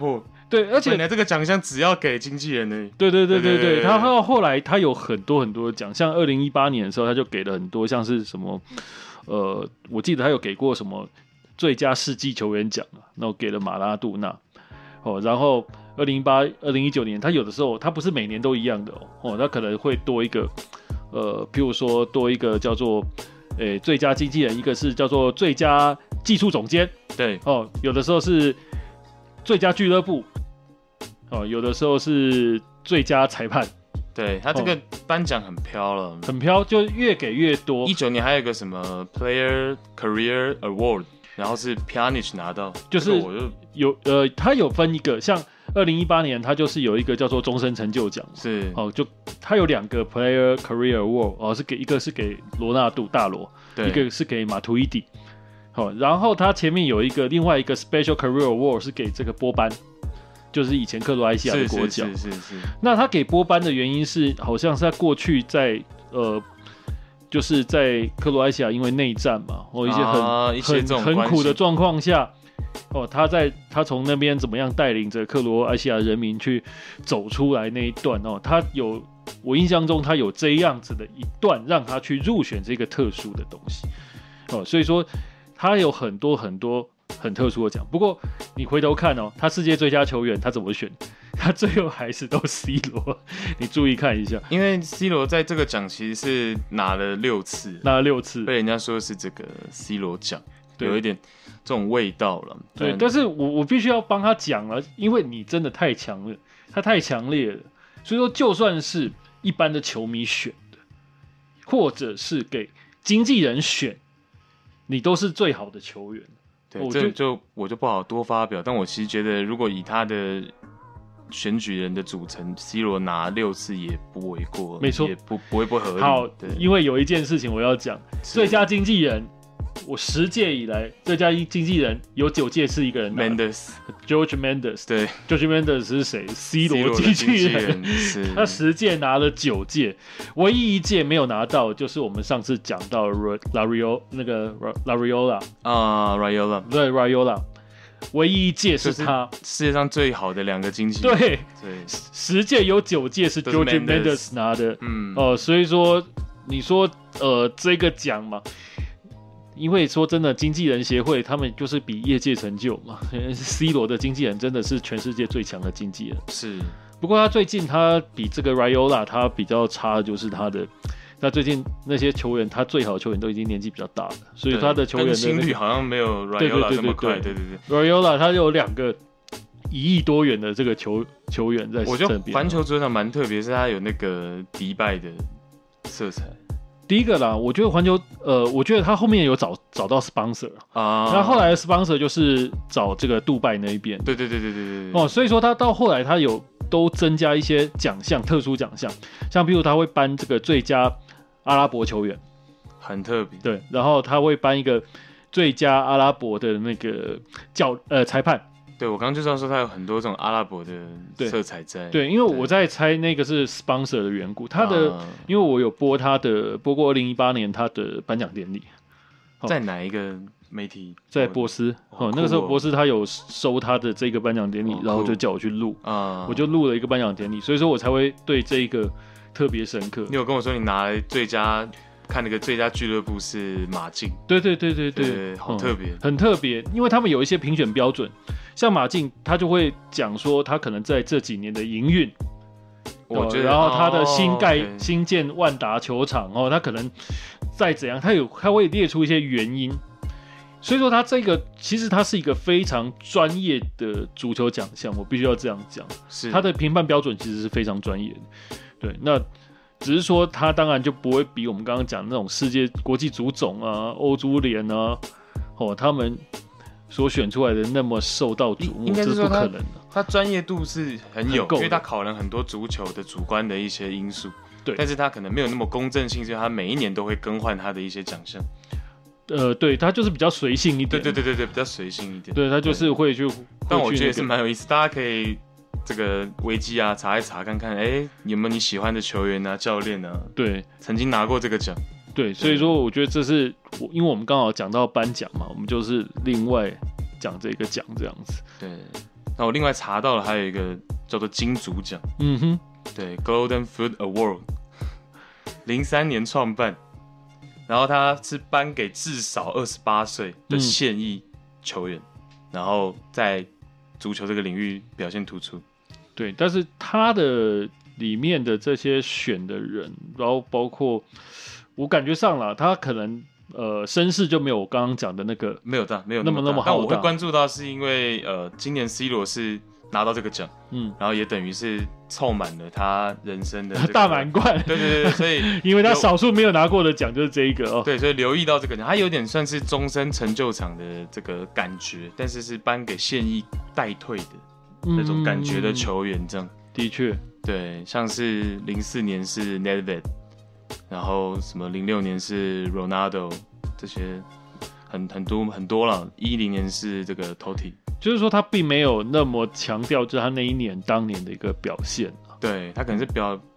对，而且本来这个奖项只要给经纪人的。 对，他后来他有很多很多奖，像2018年的时候，他就给了很多，像是什么我记得他有给过什么最佳世纪球员奖，然后给了马拉杜纳。然后2018、2019年，他有的时候他不是每年都一样的他可能会多一个譬如说多一个叫做最佳经纪人，一个是叫做最佳技术总监， 对有的时候是最佳俱乐部，有的时候是最佳裁判。 对，他这个颁奖很飘了， 很飘，就越给越多。 19年还有一个什么 Player Career Award， 然后是 Pjanic 拿到， 就是有他有分一个，像2018年他就是有一个叫做终身成就奖， 是就他有2个 Player Career Award，一个是给罗纳度大罗，一个是给马图伊迪。然后他前面有另外一个 Special Career Award 是给这个波班。就是以前克罗埃西亚的国脚， 是。 那他给波班的原因是，好像是他过去在就是在克罗埃西亚因为内战嘛，一些很苦的状况下，他从那边怎么样带领着克罗埃西亚人民去走出来那一段我印象中他有这样子的一段让他去入选这个特殊的东西所以说他有很多很多很特殊的奖。不过你回头看他世界最佳球员他怎么选？他最后还是都 C 罗，你注意看一下， 因为 C 罗在这个奖其实是拿了6次，被人家说是这个 C 罗奖，有一点这种味道了。 对，但是我必须要帮他讲了，因为你真的太强了，他太强烈了，所以说就算是一般的球迷选的，或者是给经纪人选，你都是最好的球员。 对，我就不好多发表，但我其实觉得，如果以他的选举人的组成 ，C 罗拿6次也不为过， 没错， 也不会不合理。 好，因为有一件事情我要讲，最佳经纪人，我10届以来最佳经纪人有9届是一个人拿的 ，George Mendes， 对 ，George Mendes 是谁 ？C 罗经纪人，他10届拿了9届，唯一1届没有拿到，就是我们上次讲到 Raiola 啊 ，Raiola， 对 Raiola。唯一1届是他， 世界上最好的2个经纪人。 对，10届有9届是 George Mendes 拿的，所以说你说这个奖嘛，因为说真的，经纪人协会他们就是比业界成就嘛。C 罗的经纪人真的是全世界最强的经纪人， 是。 不过他最近他比这个 Raiola 他比较差的就是他最近那些球员，他最好的球员都已经年纪比较大了，所以他的球员的心率好像没有 Raiola 这么快。对。 Raiola 他有2个1亿多元的这个球员在身边。 我觉得环球足球场蛮特别，是他有那个迪拜的色彩。 第一个啦，我觉得环球我觉得他后面有找到 sponsor 啊，那后来的 sponsor 就是找这个杜拜那一边。 对。 所以说他到后来他有都增加一些奖项，特殊奖项，像比如他会颁这个最佳阿拉伯球员， 很特别。 对，然后他会颁一个最佳阿拉伯的那个裁判。 对，我刚刚就知道说他有很多这种阿拉伯的色彩在。 对，因为我在猜那个是 sponsor 的缘故，他的因为我有播过2018年他的颁奖典礼， 在哪一个媒体？ 在波斯。那个时候波斯他有收他的这个颁奖典礼，然后就叫我去录，我就录了一个颁奖典礼，所以说我才会对这一个特别深刻。 你有跟我说你拿来看那个最佳俱乐部是马竞。 对， 好特别， 很特别，因为他们有一些评选标准，像马竞他就会讲说他可能在这几年的营运，我觉得，然后他的新建万达球场他可能再怎样，他会列出一些原因，所以说他这个其实他是一个非常专业的足球奖项，我必须要这样讲，他的评判标准其实是非常专业的。对，那只是说他当然就不会比我们刚刚讲的那种世界国际足总啊、欧足联啊，他们所选出来的那么受到瞩目，这是不可能的。 他专业度是很有，因为他考量很多足球的主观的一些因素。 对， 但是他可能没有那么公正性，所以他每一年都会更换他的一些奖项。 对，他就是比较随性一点。 对，比较随性一点。 对，他就是会去。 但我觉得也是蛮有意思，大家可以这个维基啊查一查看看，有没有你喜欢的球员啊、教练啊， 对， 曾经拿过这个奖。 对，所以说我觉得这是因为我们刚好讲到颁奖嘛，我们就是另外讲这个奖这样子。 对， 那我另外查到了还有一个叫做金足奖，对 ，Golden Foot Award，03 年创办，然后他是颁给至少28岁的现役球员，然后在足球这个领域表现突出。 对，但是他的里面的这些选的人，然后包括我感觉上啦，他可能声势就没有我刚刚讲的那个没有那么好大。 但我会关注到是因为今年 C 罗是拿到这个奖，然后也等于是凑满了他人生的、 大满贯。 对，所以因为他少数没有拿过的奖就是这一个哦。 对，所以留意到这个奖，他有点算是终身成就奖的这个感觉，但是是颁给现役待退的那种感觉的球员，这样。 的确， 对，像是04年是 Nedved， 然后什么06年是 Ronaldo， 这些很多了。10年是这个 Totti， 就是说他并没有那么强调，就是他那一年当年的一个表现。 对，他可能是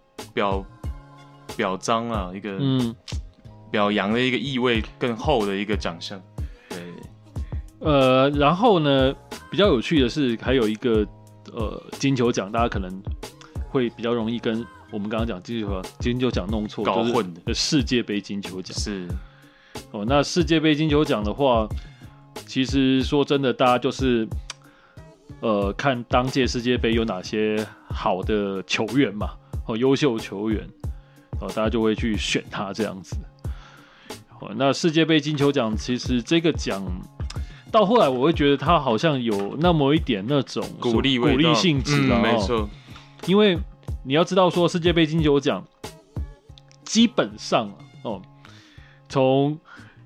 表彰啊，一个表扬的一个意味更厚的一个奖项。对， 然后呢，比较有趣的是还有一个金球奖，大家可能会比较容易跟我们刚刚讲金球奖弄错， 搞混的， 就是世界杯金球奖是。 那世界杯金球奖的话，其实说真的，大家就是看当届世界杯有哪些好的球员嘛，优秀球员，大家就会去选他这样子。那世界杯金球奖其实这个奖到后来我会觉得它好像有那么一点那种鼓励性质的， 没错。因为你要知道说世界杯金球奖基本上从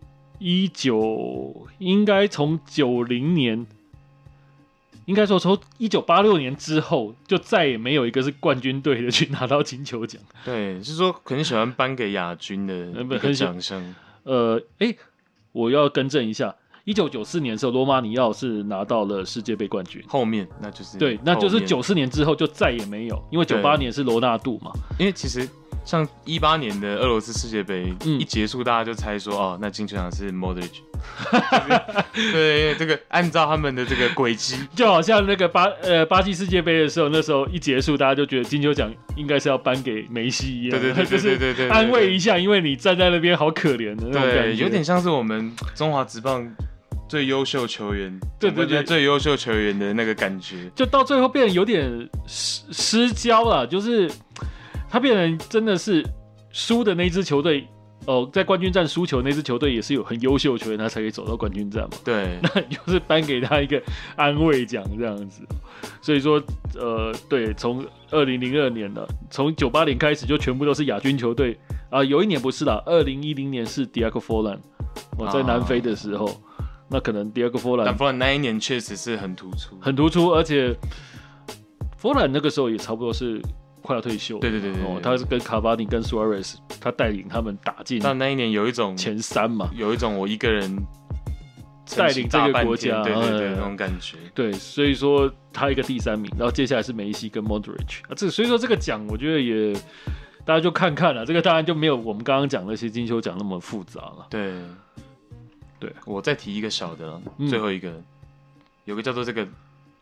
90年，应该说从1986年之后，就再也没有一个是冠军队的去拿到金球奖。 对，是说很喜欢颁给亚军的一个奖项。 我要更正一下，1994年的时候，罗马尼奥是拿到了世界杯冠军。 后面那就是对，那就是94年之后就再也没有，因为98年是罗纳度嘛。 因为其实像18年的俄罗斯世界杯一结束，大家就猜说那金球奖是 Modric。对，因为这个按照他们的这个轨迹， 就好像那个巴西世界杯的时候，那时候一结束，大家就觉得金球奖应该是要颁给梅西一样， 对， 就是安慰一下，因为你站在那边好可怜的那种感觉， 有点像是我们中华职棒最优秀球员，对，最优秀球员的那个感觉， 就到最后变得有点失焦了，就是他变成真的是输的那支球队。在冠军战输球那支球队也是有很优秀的球员，他才可以走到冠军战嘛。 对， 那就是颁给他一个安慰奖这样子。所以说，对，从2002年的，从98年开始就全部都是亚军球队啊。有一年不是啦，2010年是 Diego Forlan， 在南非的时候，那可能 Diego Forlan 那一年确实是很突出， 而且 Forlan 那个时候也差不多是快要退休。 对， 他是跟卡巴尼跟 Suarez， 他带领他们打进。 但那一年有一种前3嘛， 有一种我一个人带领这个国家， 对，那种感觉。 对，所以说他一个第3名，然后接下来是梅西跟 Modric。所以说这个奖，我觉得也大家就看看了，这个当然就没有我们刚刚讲那些金球奖那么复杂了。 对，我再提一个小的，最后一个有个叫做这个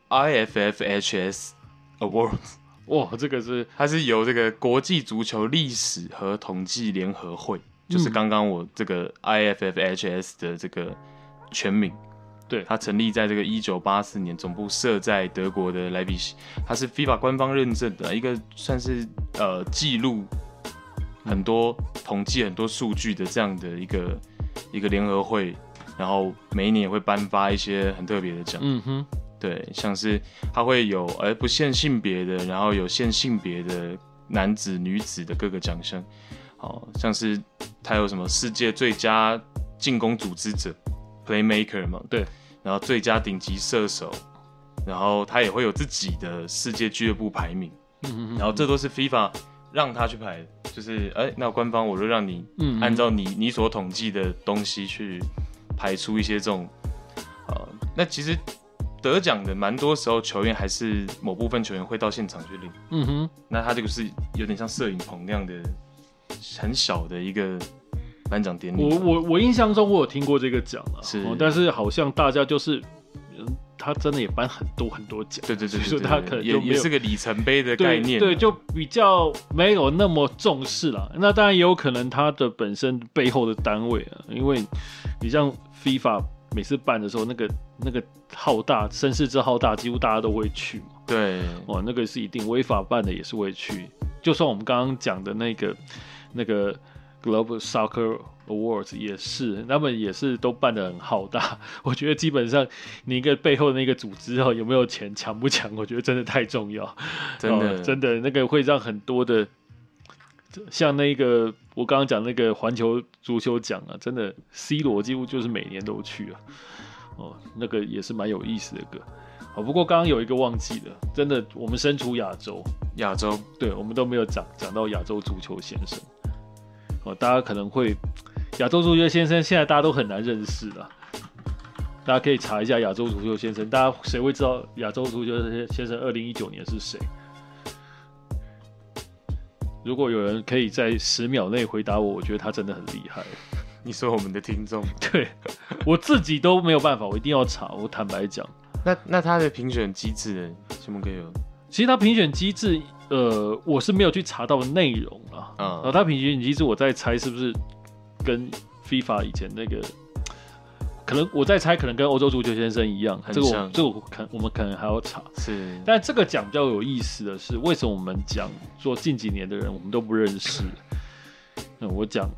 IFFHS Awards。 哇，这个它是由这个国际足球历史和统计联合会，就是刚刚我这个 IFFHS 的这个全名。 对， 它成立在这个1984年，总部设在德国的莱比锡。它是 FIFA 官方认证的一个，算是记录很多、统计很多数据的这样的一个联合会。然后每一年也会颁发一些很特别的奖。对，像是它会有不限性别的，然后有限性别的男子、女子的各个奖项。像是它有什么世界最佳进攻组织者 （Playmaker） 嘛， 对， 然后最佳顶级射手，然后它也会有自己的世界俱乐部排名。然后这都是 FIFA 让他去排的，就是那官方我就让你按照你所统计的东西去排出一些这种那其实。得奖的蛮多时候，球员还是某部分球员会到现场去领。那他这个是有点像摄影棚那样的很小的一个颁奖典礼。 我印象中我有听过这个奖了，但是好像大家就是他真的也颁很多很多奖， 对， 所以说他可能就也是个里程碑的概念， 对，就比较没有那么重视啦。那当然也有可能他的本身背后的单位啊，因为你像 FIFA 每次办的时候，那个浩大声势之浩大，几乎大家都会去嘛。 对， 那个是一定，违法办的也是会去。就算我们刚刚讲的那个 Global Soccer Awards 也是，他们也是都办得很浩大。我觉得基本上你一个背后的那个组织有没有钱，强不强，我觉得真的太重要。真的那个会让很多的，像那个我刚刚讲那个环球足球奖啊，真的 C 罗几乎就是每年都去啊。那个也是蛮有意思的歌。不过刚刚有一个忘记了，真的，我们身处亚洲，对，我们都没有讲到亚洲足球先生。大家可能会亚洲足球先生，现在大家都很难认识了。大家可以查一下亚洲足球先生，大家谁会知道亚洲足球先生2019年是谁？如果有人可以在10秒内回答我觉得他真的很厉害。 你说我们的听众？ 对，我自己都没有办法，我一定要查。我坦白讲。 那他的评选机制呢？什么可以有？ 其实他评选机制，我是没有去查到内容啦。然后他评选机制，我在猜是不是跟 FIFA 以前那个，可能我在猜，可能跟欧洲足球先生一样。这个我们可能还要查。 是。但这个奖比较有意思的是，为什么我们讲说近几年的人我们都不认识？我讲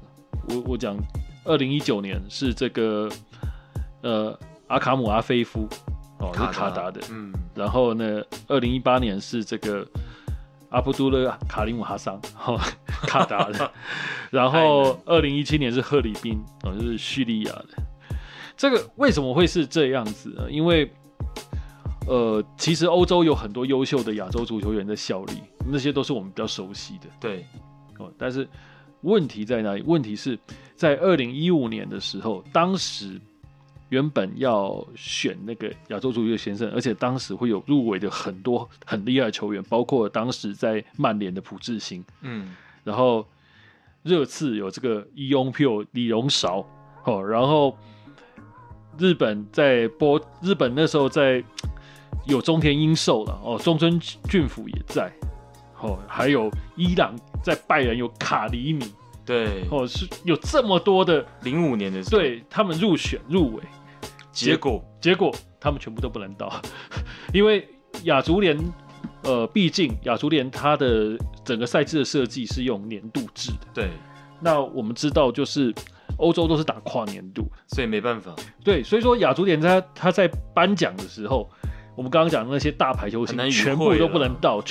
2019年是这个阿卡姆阿菲夫。是卡达的，然后呢，2018年是这个阿卜杜勒卡里姆哈桑，卡达的，然后2017年是赫里宾，就是叙利亚的。这个为什么会是这样子呢？因为其实欧洲有很多优秀的亚洲足球员在效力，那些都是我们比较熟悉的。 对， 但是问题在哪里？问题是在2015年的时候，当时。原本要选那个亚洲足球先生，而且当时会有入围的很多很厉害的球员，包括当时在曼联的朴智星，然后热刺有这个伊庸票李荣韶，然后日本那时候在有中田英寿了，中村俊辅也在，还有伊朗在拜仁有卡里米， 对， 是有这么多的 05年的时候， 对他们入围。结果他们全部都不能到，因为亚足联，毕竟亚足联它的整个赛制的设计是用年度制的。 对， 那我们知道就是欧洲都是打跨年度， 所以没办法。 对，所以说亚足联他在颁奖的时候，我们刚刚讲的那些大牌球星全部都不能到，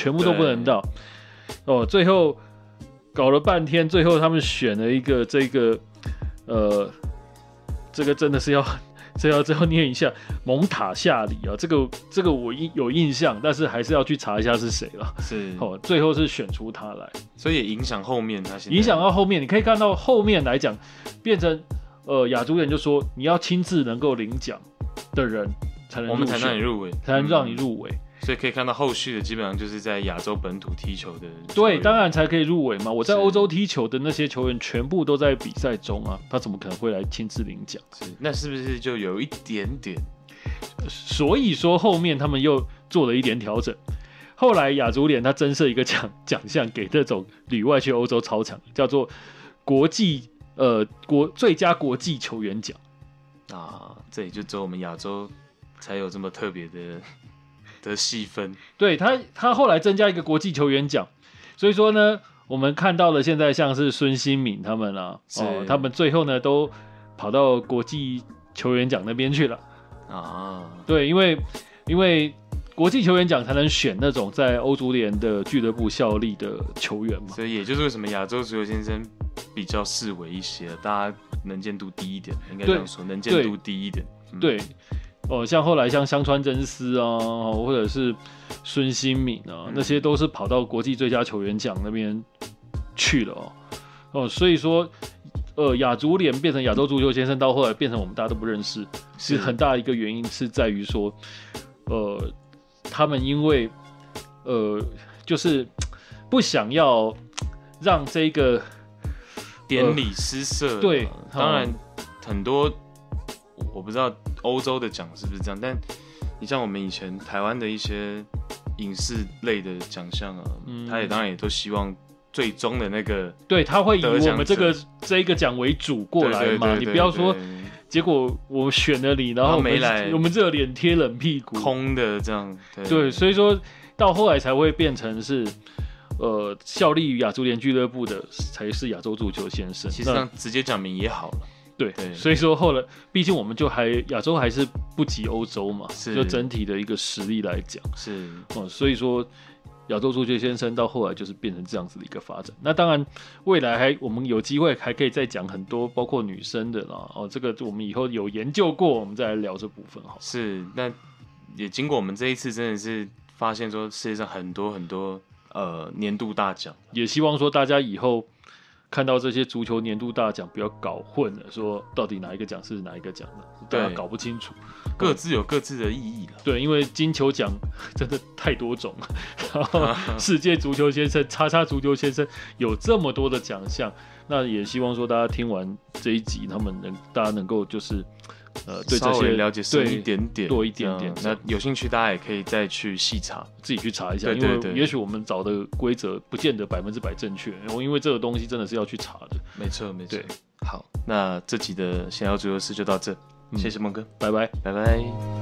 最后搞了半天，最后他们选了一个这个真的是要最后念一下蒙塔夏里啊，这个我有印象，但是还是要去查一下是谁了。 是， 最后是选出他来， 所以也影响后面他现在影响到后面，你可以看到后面来讲，变成亚足联就说你要亲自能够领奖的人才能入选， 我们才让你入围， 才能让你入围。 所以可以看到后续的基本上就是在亚洲本土踢球的， 对，当然才可以入围嘛。我在欧洲踢球的那些球员全部都在比赛中啊，他怎么可能会来亲自领奖？ 那是不是就有一点点？ 所以说后面他们又做了一点调整。后来亚足联他增设一个奖项给这种旅外去欧洲超强，叫做最佳国际球员奖啊，这里就只有我们亚洲才有这么特别的细分。 对，他后来增加一个国际球员奖，所以说呢，我们看到了现在像是孙兴慜他们啊，他们最后呢都跑到国际球员奖那边去了啊。对，因为国际球员奖才能选那种在欧足联的俱乐部效力的球员嘛。 所以也就是为什么亚洲足球先生比较式微一些，大家能见度低一点，应该这样说，能见度低一点。 对。像后来像香川真司啊，或者是孙兴慜啊，那些都是跑到国际最佳球员奖那边去了所以说亚足联变成亚洲足球先生，到后来变成我们大家都不认识，是很大一个原因是在于说他们因为就是不想要让这个典礼失色。 对， 当然很多我不知道欧洲的奖是不是这样，但你像我们以前台湾的一些影视类的奖项啊，他也当然也都希望最终的那个， 对，他会以我们这一个奖为主过来嘛，你不要说结果我选了你，然后没来， 我们热脸贴冷屁股， 空的这样， 对，所以说到后来才会变成是。效力于亚足联俱乐部的才是亚洲足球先生。 其实这样直接讲明也好了。 对，所以说后来，毕竟我们就亚洲还是不及欧洲嘛，就整体的一个实力来讲是所以说亚洲足球先生到后来就是变成这样子的一个发展。那当然，未来我们有机会还可以再讲很多，包括女生的啦。这个我们以后有研究过，我们再来聊这部分好。 是，那也经过我们这一次，真的是发现说世界上很多很多。年度大奖， 也希望说大家以后看到这些足球年度大奖，不要搞混了，说到底哪一个奖是哪一个奖的，大家搞不清楚， 各自有各自的意义了。 对，因为金球奖真的太多种了，然后世界足球先生、叉叉足球先生有这么多的奖项，那也希望说大家听完这一集，大家能够就是。对这些了解深一点点， 多一点点。 那有兴趣，大家也可以再去细查， 自己去查一下，因为也许我们找的规则不见得100%正确，因为这个东西真的是要去查的。 没错，没错。好，那这集的闲聊足球室就到这，谢谢孟哥， 拜拜， 拜拜。